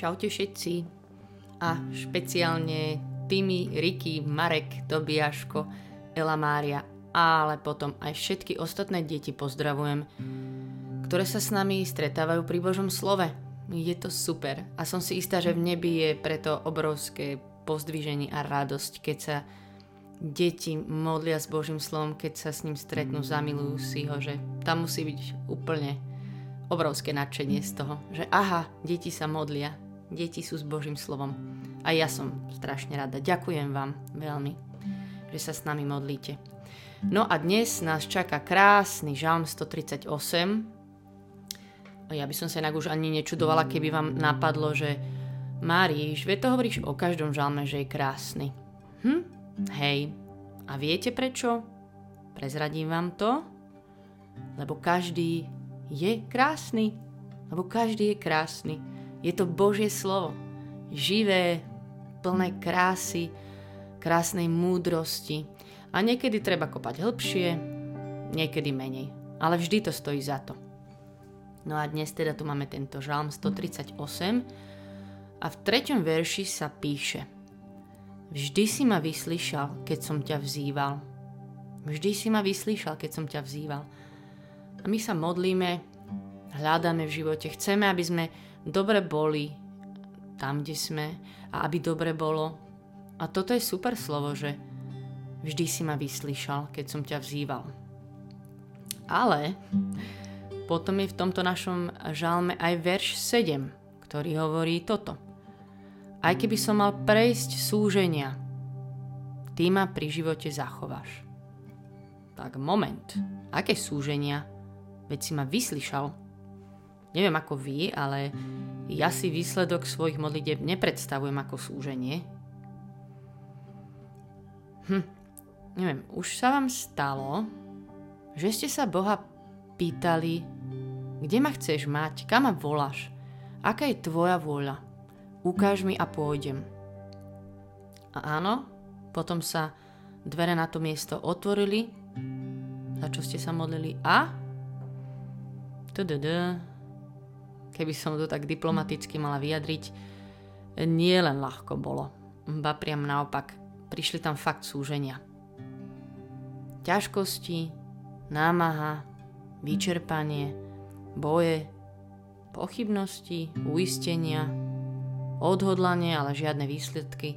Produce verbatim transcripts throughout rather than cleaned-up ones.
Čaute všetci a špeciálne Timi, Riky, Marek, Tobiaško, Ela Mária, ale potom aj všetky ostatné deti pozdravujem, ktoré sa s nami stretávajú pri Božom slove. Je to super a som si istá, že v nebi je preto obrovské pozdviženie a radosť, keď sa deti modlia s Božím slovom, keď sa s ním stretnú, zamilujú si ho, že tam musí byť úplne obrovské nadšenie z toho, že aha, deti sa modlia, deti sú s Božím slovom. A ja som strašne rada. Ďakujem vám veľmi, že sa s nami modlíte. No a dnes nás čaká krásny žalm stotridsaťosem. Ja by som sa inak už ani nečudovala, keby vám napadlo, že Máriš, vie to hovoríš o každom žalme, že je krásny. Hm? Hej. A viete prečo? Prezradím vám to. Lebo každý je krásny. Lebo každý je krásny. Je to Božie slovo. Živé, plné krásy, krásnej múdrosti. A niekedy treba kopať hlbšie, niekedy menej. Ale vždy to stojí za to. No a dnes teda tu máme tento žalm stotridsaťosem a v treťom verši sa píše: Vždy si ma vyslyšal, keď som ťa vzýval. Vždy si ma vyslyšal, keď som ťa vzýval. A my sa modlíme, hľadáme v živote, chceme, aby sme dobre boli tam, kde sme a aby dobre bolo. A toto je super slovo, že vždy si ma vyslyšal, keď som ťa vzýval. Ale potom je v tomto našom žalme aj verš sedem, ktorý hovorí toto. Aj keby som mal prejsť súženia, ty ma pri živote zachováš. Tak moment, aké súženia? Veď si ma vyslyšal. Neviem ako vy, ale ja si výsledok svojich modlitieb nepredstavujem ako súženie. Hm, neviem, už sa vám stalo, že ste sa Boha pýtali, kde ma chceš mať, kam ma voláš, aká je tvoja vôľa, ukáž mi a pôjdem. A áno, potom sa dvere na to miesto otvorili, za čo ste sa modlili a tududú, keby som to tak diplomaticky mala vyjadriť, nie len ľahko bolo, ba priam naopak, prišli tam fakt súženia. Ťažkosti, námaha, vyčerpanie, boje, pochybnosti, uistenia, odhodlanie, ale žiadne výsledky,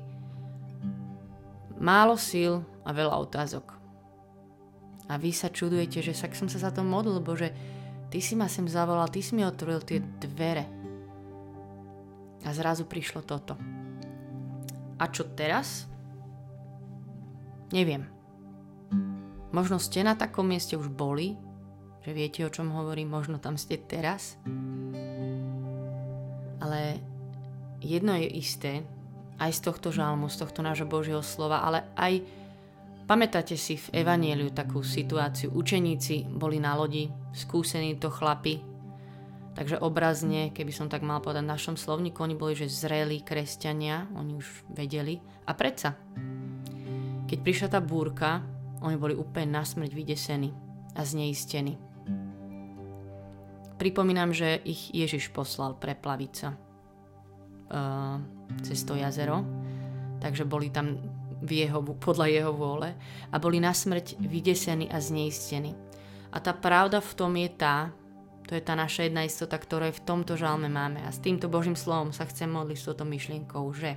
málo síl a veľa otázok. A vy sa čudujete, že tak som sa za to modlil, Bože, ty si ma sem zavolal, ty si mi otvoril tie dvere. A zrazu prišlo toto. A čo teraz? Neviem. Možno ste na takom mieste už boli, že viete, o čom hovorím, možno tam ste teraz. Ale jedno je isté, aj z tohto žalmu, z tohto nášho Božieho slova, ale aj pamätáte si v Evanjeliu takú situáciu. Učeníci boli na lodi, skúsení to chlapi, takže obrazne, keby som tak mal povedať v našom slovníku, oni boli, že zrelí kresťania, oni už vedeli. A predsa, keď prišla tá búrka, oni boli úplne nasmrť vydesení a zneistení. Pripomínam, že ich Ježiš poslal preplaviť sa uh, cez to jazero, takže boli tam v jeho, podľa jeho vôle a boli nasmrť vydesení a zneistení. A tá pravda v tom je tá, to je tá naša jedna istota, ktorú aj v tomto žalme máme. A s týmto Božím slovom sa chcem modliť s touto myšlienkou, že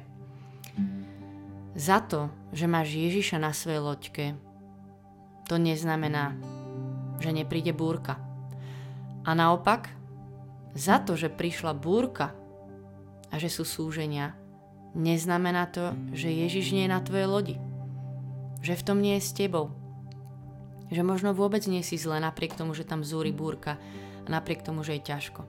za to, že máš Ježiša na svojej loďke, to neznamená, že nepríde búrka. A naopak, za to, že prišla búrka a že sú súženia, neznamená to, že Ježiš nie je na tvojej lodi. Že v tom nie je s tebou. Že možno vôbec nie si zle napriek tomu, že tam zúri búrka a napriek tomu, že je ťažko.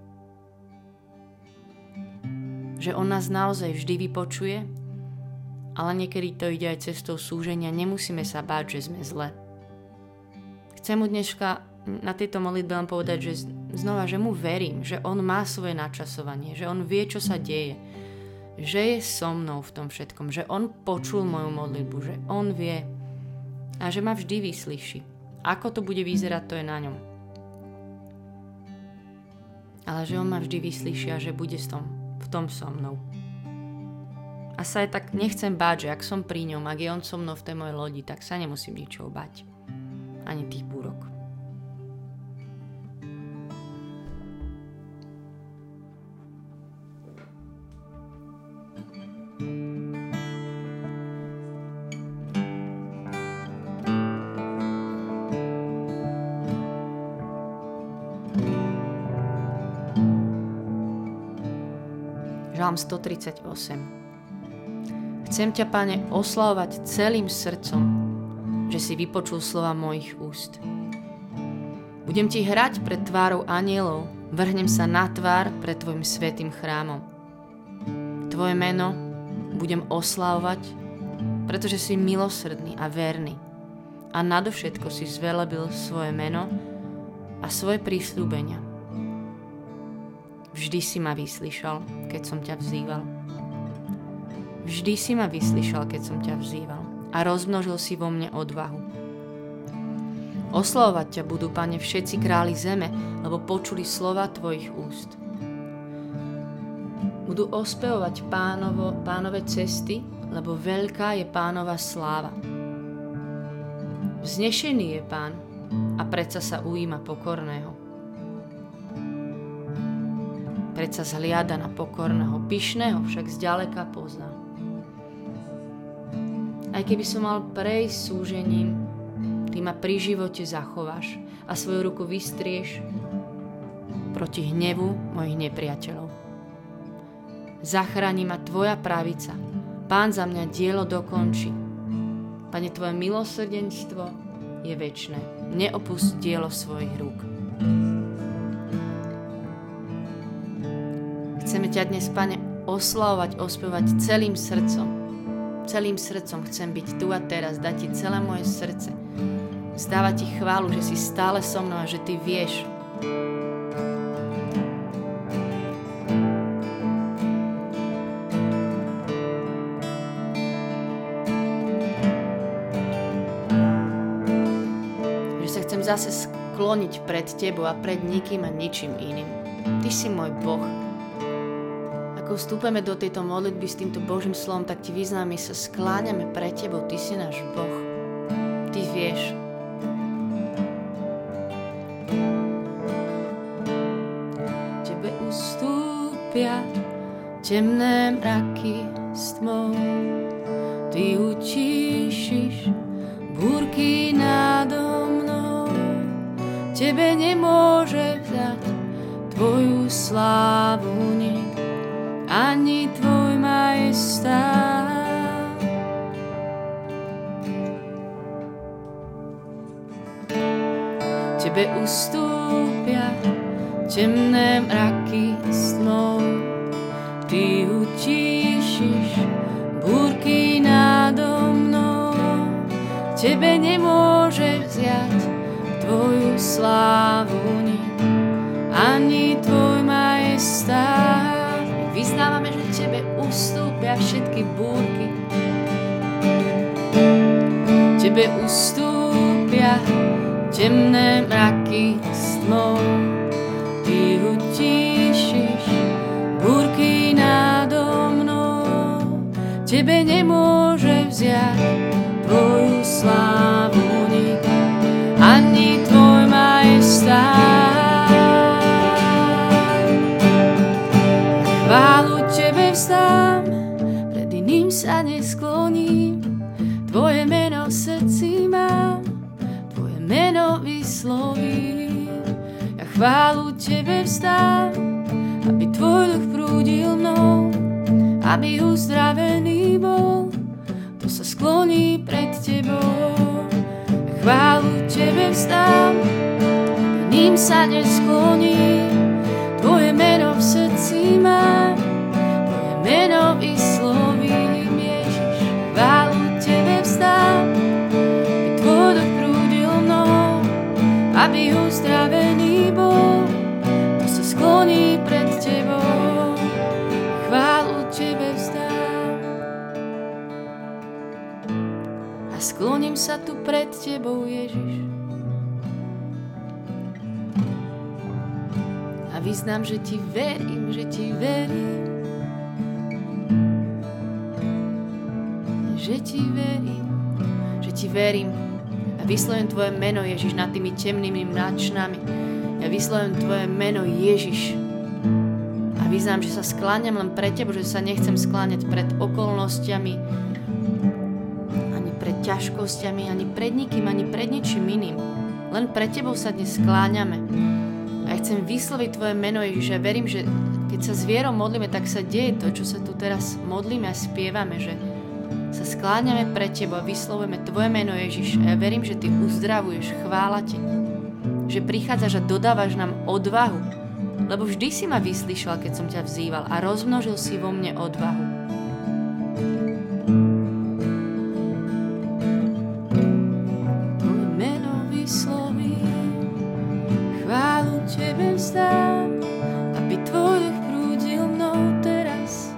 Že on nás naozaj vždy vypočuje, ale niekedy to ide aj cestou súženia. Nemusíme sa báť, že sme zle. Chcem mu dneška na tejto modlitbe len povedať, že znova, že mu verím, že on má svoje načasovanie, že on vie, čo sa deje, že je so mnou v tom všetkom, že on počul moju modlitbu, že on vie a že ma vždy vyslyší. Ako to bude vyzerať, to je na ňom. Ale že on ma vždy vyslyší a že bude v tom, v tom so mnou. A sa aj tak nechcem báť, že ak som pri ňom, ak je on so mnou v tej mojej lodi, tak sa nemusím ničoho báť. Ani tých búrok. Žalm stotridsaťosem. Chcem ťa, Pane, oslavovať celým srdcom, že si vypočul slova mojich úst. Budem ti hrať pred tvárou anielov, vrhnem sa na tvár pred tvojim svätým chrámom. Tvoje meno budem oslavovať, pretože si milosrdný a verný a nadovšetko si zvelebil svoje meno a svoje prísľubenia. Vždy si ma vyslyšal, keď som ťa vzýval. Vždy si ma vyslyšal, keď som ťa vzýval a rozmnožil si vo mne odvahu. Oslavovať ťa budú, Pane, všetci králi zeme, lebo počuli slova tvojich úst. Budú ospevovať pánovo, pánove cesty, lebo veľká je pánova sláva. Vznešený je Pán a predsa sa ujíma pokorného. Predsa zhliada na pokorného, pyšného však zďaleka pozná. Aj keby som mal prejsť súžením, ty ma pri živote zachováš a svoju ruku vystrieš proti hnevu mojich nepriateľov. Zachráni ma tvoja pravica, Pán za mňa dielo dokončí. Pane, tvoje milosrdenstvo je večné, neopusť dielo svojich rúk. Chceme ťa dnes, Pane, oslavovať, ospevať celým srdcom. Celým srdcom chcem byť tu a teraz, dať ti celé moje srdce. Vzdávať ti chválu, že si stále so mnou a že ty vieš. Že sa chcem zase skloniť pred tebou a pred nikým a ničím iným. Ty si môj Boh. Ako vstúpeme do tejto modlitby s týmto Božím slovom, tak ti vyznáme, my sa skláňame pred tebou. Ty si náš Boh. Ty vieš. Tebe ustúpia temné mraky s tmou. Ty utíšiš búrky nado mnou. Tebe nemôže vzdať tvoju slávu nik, ani tvoj majestát. Tebe ustúpia temné mraky s tmou. Ty utíšiš búrky nado mnou. Tebe nemôže vziať tvoju slávu nik, ani tvoj majestát. Vyznávame, že tebe ustúpia všetky búrky. Tebe ustúpia temné mraky s tmou. Ty utíšiš búrky nado mnou. Tebe nemôže vziať tvoju slávu nik, ani tvoj majestát. Chválu tebe vzdám, pred iným sa neskloním. Tvoje meno v srdci mám, tvoje meno vyslovím. Ja chválu tebe vzdám, aby tvoj duch prúdil mnou, aby uzdravený bol, to sa skloní pred tebou. Ja chválu tebe vzdám, pred iným sa neskloním. Tvoje meno v srdci mám, tvoje meno vyslovím, Ježiš. Chválu tebe vzdám, aby tvoj duch prúdil mnou, aby uzdravený bol, to sa skloní pred tebou. Chválu tebe vzdám. A skloním sa tu pred tebou, Ježiš. A vyznám, že ti verím, že ti verím. že ti verím, že ti verím. Ja vyslovujem tvoje meno, Ježiš, nad tými temnými náčnami. Ja vyslovujem tvoje meno, Ježiš. A vyznám, že sa skláňam len pred tebou, že sa nechcem skláňať pred okolnostiami, ani pred ťažkosťami, ani pred nikým, ani pred ničím iným. Len pred tebou sa dnes skláňame. A ja chcem vysloviť tvoje meno, Ježiš. Ja verím, že keď sa s vierou modlíme, tak sa deje to, čo sa tu teraz modlíme a spievame, že sa skláňame pred tebou a vyslovujeme tvoje meno, Ježiš. A ja verím, že ty uzdravuješ, chvála ti. Že prichádzaš a dodávaš nám odvahu. Lebo vždy si ma vyslyšal, keď som ťa vzýval a rozmnožil si vo mne odvahu. Tvoje meno vyslovím, chválu tebe vzdám, aby tvoj duch prúdil mnou teraz.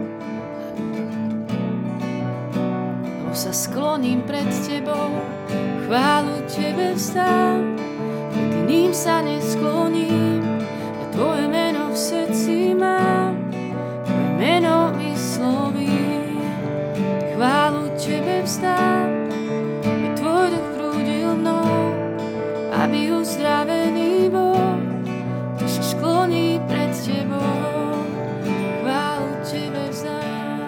Lebo sa skloním pred tebou, chválu tebe vzdám, pred iným sa neskloním. Tvoje meno v srdci mám, tvoje meno vyslovím, chválu tebe vzdám, aby tvoj duch prúdil mnou, aby uzdravený bol, to sa skloní pred tebou, chválu tebe vzdám.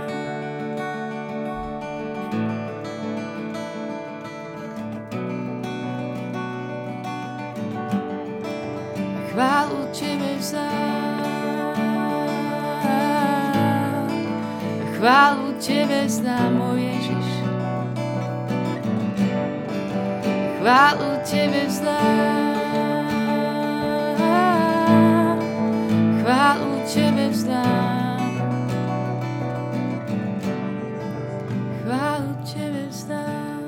Chválu tebe vzdám, chválu tebe vzdám, môj Ježiš. Chválu tebe vzdám, chválu tebe vzdám, chválu tebe vzdám,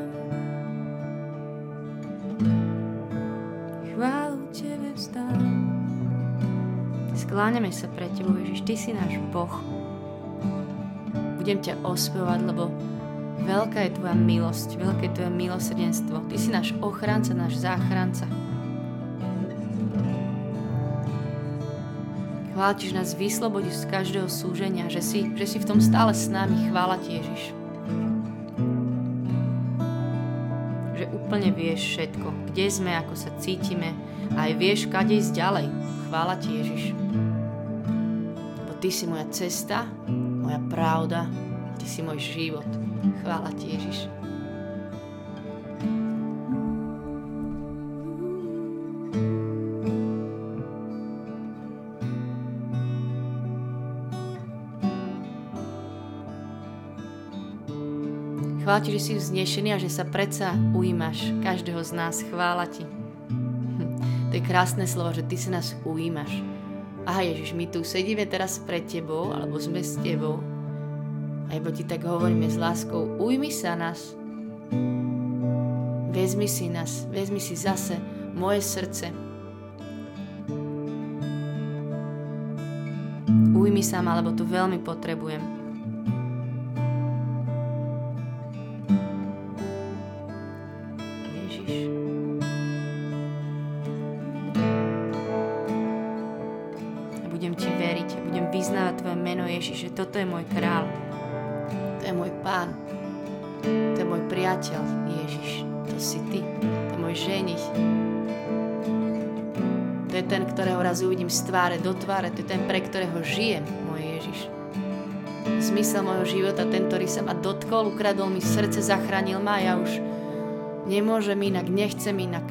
chválu tebe vzdám. Skláňame sa pred tebou, Ježiš, ty si náš Boh. Budem ťa ospevovať, lebo veľká je tvoja milosť, veľké je tvoje milosrdenstvo. Ty si náš ochranca, náš záchranca. Chvála ti, že nás vyslobodíš z každého súženia, že si, že si v tom stále s nami. Chvála ti, Ježiš. Že úplne vieš všetko, kde sme, ako sa cítime a aj vieš, kade ísť ďalej. Chvála ti, Ježiš. Lebo ty si moja cesta, moja pravda, ty si môj život. Chvála ti, Ježiš. Chvála ti, že si vznešený a že sa predsa ujímaš každého z nás. Chvála ti. To je krásne slovo, že ty sa nás ujímaš. Aha, Ježiš, my tu sedíme teraz pred tebou, alebo sme s tebou. A iba ti tak hovoríme s láskou, ujmi sa nás. Vezmi si nás, vezmi si zase moje srdce. Ujmi sa ma, lebo to veľmi potrebujem. Ježiš. Budem ti veriť, budem vyznávať tvoje meno, Ježiš, že toto je môj kráľ, to je môj pán, to je môj priateľ, Ježiš, to si ty, to je môj ženich, to je ten, ktorého raz uvidím z tváre do tváre, to je ten, pre ktorého žijem, môj Ježiš. Zmysel môjho života, ten, ktorý sa ma dotkol, ukradol mi srdce, zachránil ma a ja už nemôžem inak, nechcem inak.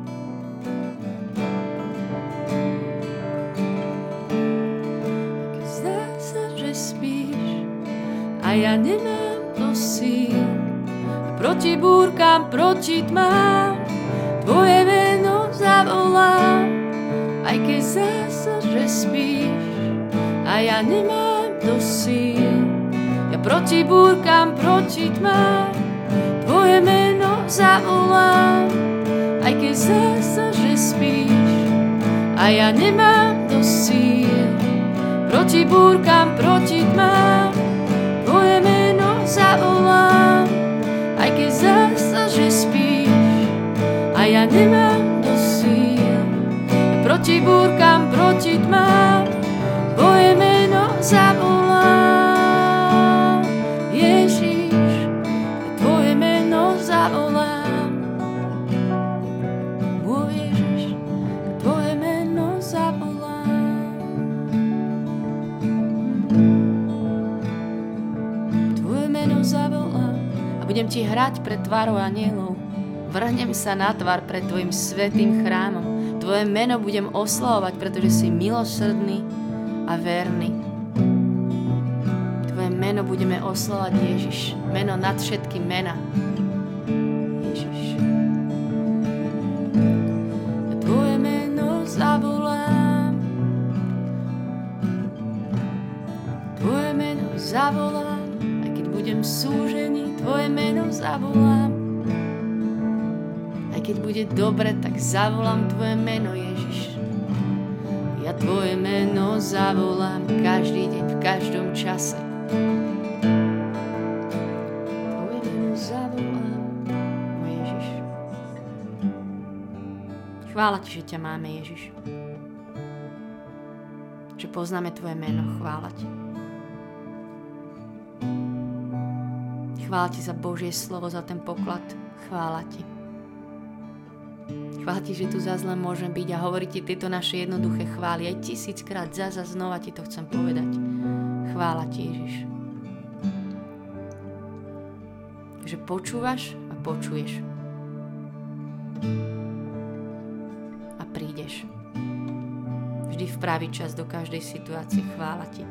A ja nemám to síl, proti búrkam, proti tmám, tvoje meno zavolám. Aj keď zdá sa, že spíš, a ja nemám to síl, ja proti búrkam, proti tmám, tvoje meno zavolám. Aj keď zdá sa, že spíš, a ja nemám to síl, proti búrkam, proti tmám, tvoje meno zavolám, aj keď zdá sa, že spíš, a ja nemám dosť síl. Proti búrkam, proti tmám, tvoje meno zavolám. Ježiš, Budem ti hrať pred tvárou anielov. Vrhnem sa na tvár pred tvojim svätým chrámom. Tvoje meno budem oslavovať, pretože si milosrdný a verný. Tvoje meno budeme oslavovať, Ježiš. Meno nad všetky mena. Ježiš. Tvoje meno zavolám. Tvoje meno zavolám. Aj keď budem v súžení, tvoje meno zavolám. Aj keď bude dobre, tak zavolám tvoje meno, Ježiš. Ja tvoje meno zavolám každý deň, v každom čase. Tvoje meno zavolám, môj Ježiš. Chvála ti, že ťa máme, Ježiš. Že poznáme tvoje meno, chvála ti. Chvála ti za Božie slovo, za ten poklad. Chvála ti. Chvála ti, že tu zás len môžem byť a hovoriť ti tieto naše jednoduché chvály. Aj tisíckrát zás a znova ti to chcem povedať. Chvála ti, Ježiš. Že počúvaš a počuješ. A prídeš. Vždy v pravý čas do každej situácie. Chvála ti.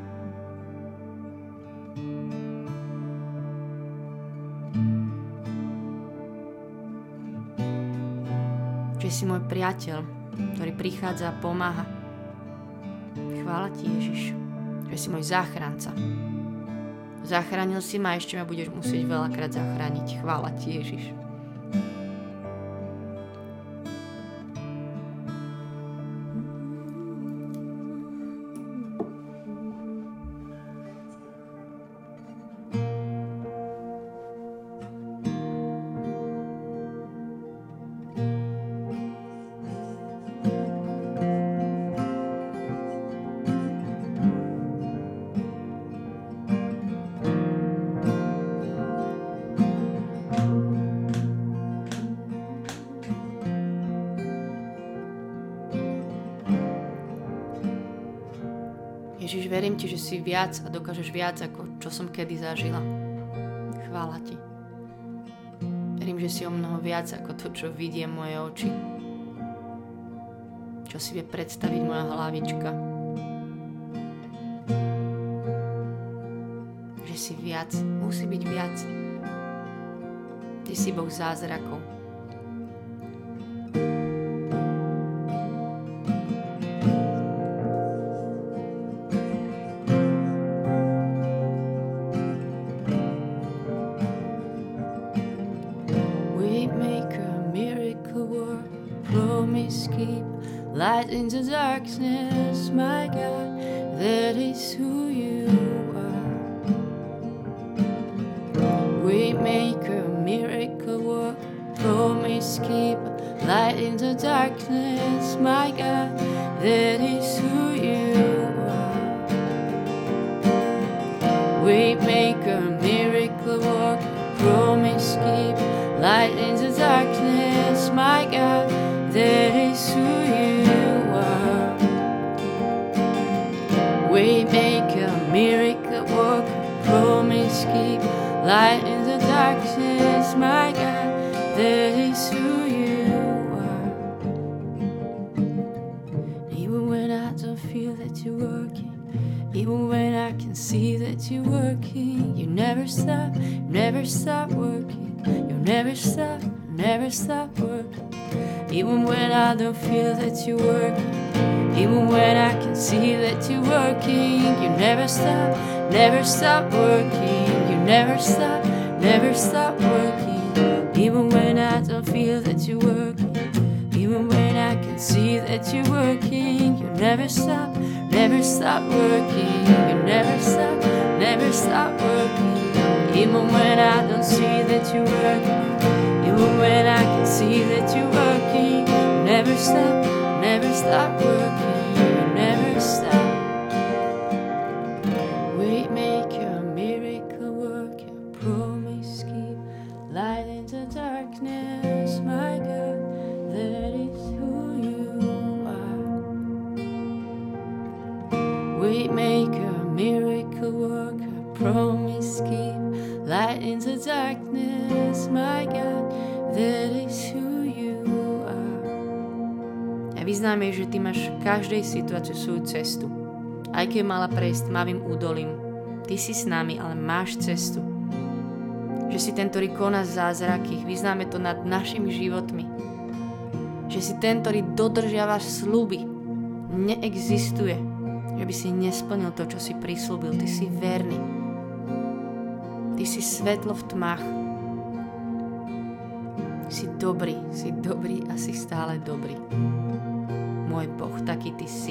Že si môj priateľ, ktorý prichádza a pomáha. Chvála ti, Ježiš, že si môj záchranca. Zachránil si ma a ešte ma budeš musieť veľakrát zachrániť. Chvála ti, Ježiš. Ježiš, verím ti, že si viac a dokážeš viac, ako čo som kedy zažila. Chvála ti. Verím, že si o mnoho viac, ako to, čo vidie moje oči. Čo si vie predstaviť moja hlavička. Že si viac, musí byť viac. Ty si Boh zázrakov. Light in the darkness, my God, that is who you are. Waymaker, miracle work, promise keeper. Light in the darkness, my God, that is who you are. Waymaker, miracle work, promise keeper. Light in the darkness, my God, that is who you are. Waymaker, miracle worker, promise keep. Light in the darkness, my God, that is who you are. Even when I don't feel that you're working, even when I can see that you're working, you never stop, never stop working. You never stop, never stop working. Even when I don't feel that you're working, even when I can see that you're working, you never stop, never stop working. You never stop, never stop working. Even when I don't feel that you're working, even when I can see that you're working, you never stop, never stop working. You never stop, never stop working. Even when I don't see that you're working, even when I can see that you're working, you never stop, never stop working. You never stop. Waymaker, miracle worker, promise keep. Light in the darkness, my God, that is who you are. Waymaker, miracle worker, promise keep. light in the darkness, my God, that is who you are. A vyznáme, že Ty máš v každej situácii svoju cestu. Aj keď mala prejsť tmavým údolím, Ty si s nami, ale máš cestu. Že si ten, ktorý koná zázraky, vyznáme to nad našimi životmi. Že si ten, ktorý dodržiava sľuby. Neexistuje, že by si nesplnil to, čo si prislúbil. Ty si verný. Ty si svetlo v tmách. Si dobrý, si dobrý a si stále dobrý. Môj Boh, taký Ty si.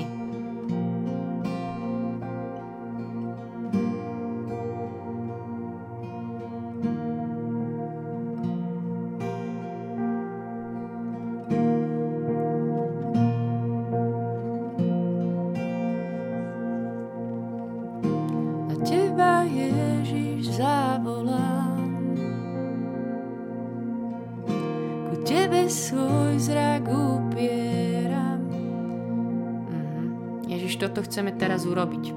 Svoj zrak upieram. Mm-hmm. Ježiš, toto chceme teraz urobiť.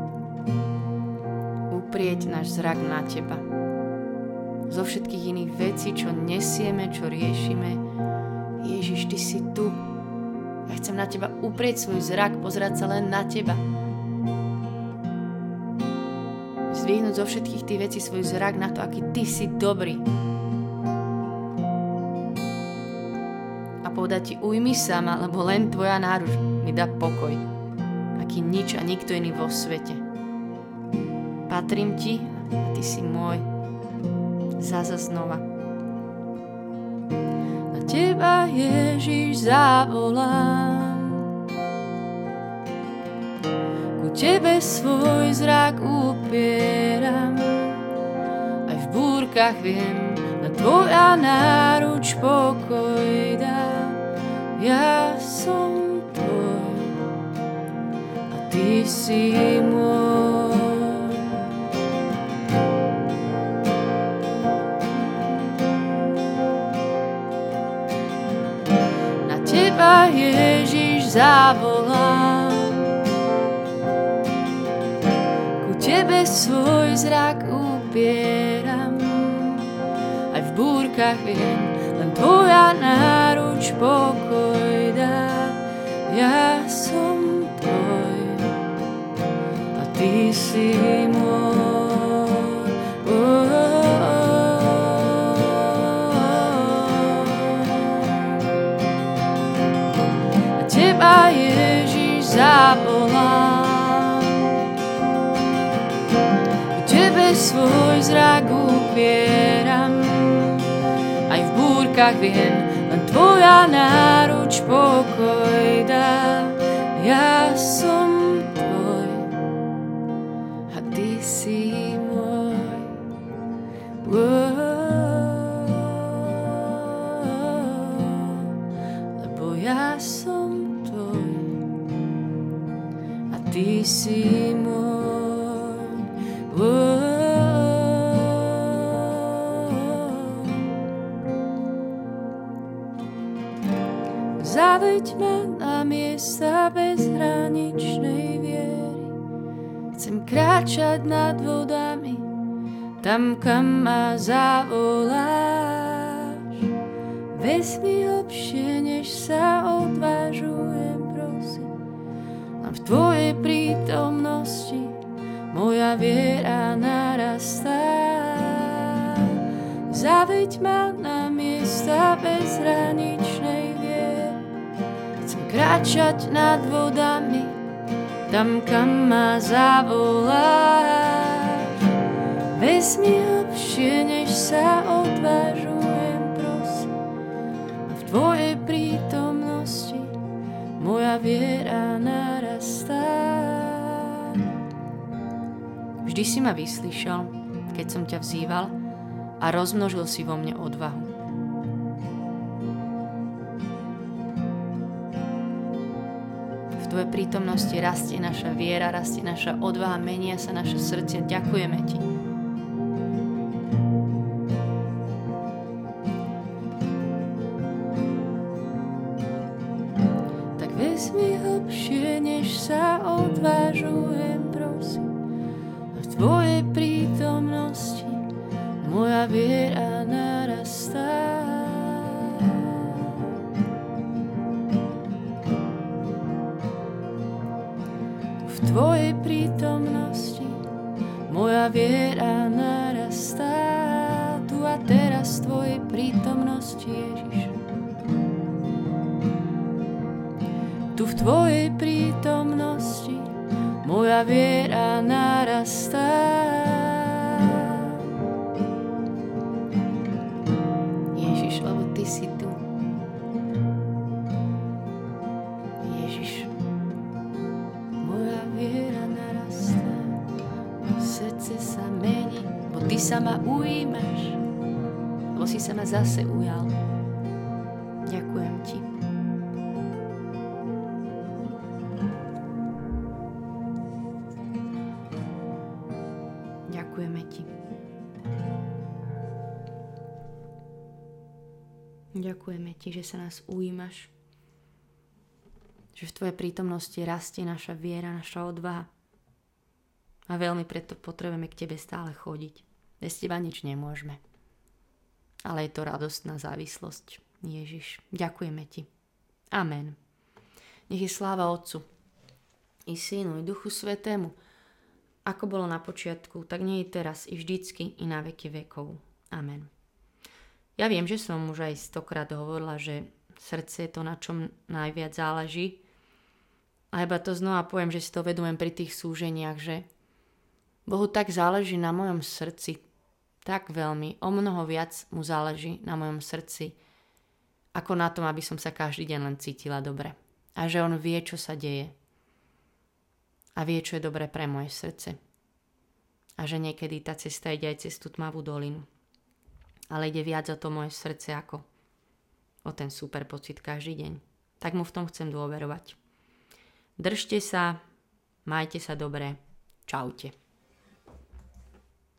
Uprieť náš zrak na Teba. Zo všetkých iných vecí, čo nesieme, čo riešime. Ježiš, Ty si tu. Ja chcem na Teba uprieť svoj zrak, pozerať sa len na Teba. Zdvihnúť zo všetkých tých vecí svoj zrak na to, aký Ty si dobrý. Povedať Ti, ujmi sa ma, lebo len Tvoja náruč mi dá pokoj, aký nič a nikto iný vo svete. Patrím Ti a Ty si môj. Zaza znova. Na Teba, Ježiš, zavolám. Ku Tebe svoj zrak upieram. Aj v búrkach viem, na Tvoja náruč pokoj dá. Ja som Tvoj a Ty si môj. Na Teba, Ježiš, zavolám. Ku Tebe svoj zrak upieram. Aj v búrkach viem, len Tvoja náruč pokoj dá. Ja som Tvoj a Ty si môj. Oh, oh, oh. A Teba, Ježiš, zavolám. Ku Tebe svoj zrak upieram. Aj v búrkach viem, len Tvoja náruč pokoj dá. Ja som Tvoj a Ty si môj. Oh, lebo ja som Tvoj a Ty si môj. Oh, zaveď ma na miesta bezhraničnej viery. Chcem kráčať nad vodami, tam, kam ma zavoláš. Vezmi hlbšie, než sa odvážujem, prosím. Len v Tvojej prítomnosti moja viera narastá. Zaveď ma na miesta bezhraničnej viery. Chcem kráčať nad vodami, tam, kam ma zavoláš. Vezmi hlbšie, než sa odvážujem, prosím. A v Tvojej prítomnosti moja viera narastá. Vždy si ma vyslyšal, keď som ťa vzýval a rozmnožil si vo mne odvahu. V Tvojej prítomnosti rastie naša viera, rastie naša odvaha, menia sa naše srdce. Ďakujeme Ti. Tak vezmi hlbšie, než sa odvážujem, prosím. A v Tvojej prítomnosti moja viera narastá. V tvojej prítomnosti moja viera narastá. Tu a teraz v tvojej prítomnosti, Ježiš. Tu v tvojej prítomnosti moja viera narastá. Ježiš, lebo ty si tu. Ježiš, moja viera narastá. Srdce sa mení, bo ty sa ma ujímaš, lebo si sa ma zase ujal. Ďakujem ti. Ďakujeme ti. Ďakujeme ti, že sa nás ujímaš, že v tvojej prítomnosti rastie naša viera, naša odvaha. A veľmi preto potrebujeme k tebe stále chodiť. Bez teba nič nemôžeme. Ale je to radostná závislosť. Ježiš, ďakujeme ti. Amen. Nech je sláva Otcu, i Synu, i Duchu Svätému, ako bolo na počiatku, tak nie je teraz, i vždycky, i na veky vekov. Amen. Ja viem, že som už aj stokrát hovorila, že srdce je to, na čom najviac záleží. A iba to znova poviem, že si to vedujem pri tých súženiach, že Bohu tak záleží na mojom srdci, tak veľmi, o mnoho viac mu záleží na mojom srdci, ako na tom, aby som sa každý deň len cítila dobre. A že on vie, čo sa deje. A vie, čo je dobré pre moje srdce. A že niekedy tá cesta ide aj cez tú tmavú dolinu. Ale ide viac o to moje srdce, ako o ten super pocit každý deň. Tak mu v tom chcem dôverovať. Držte sa, majte sa dobre, čaute.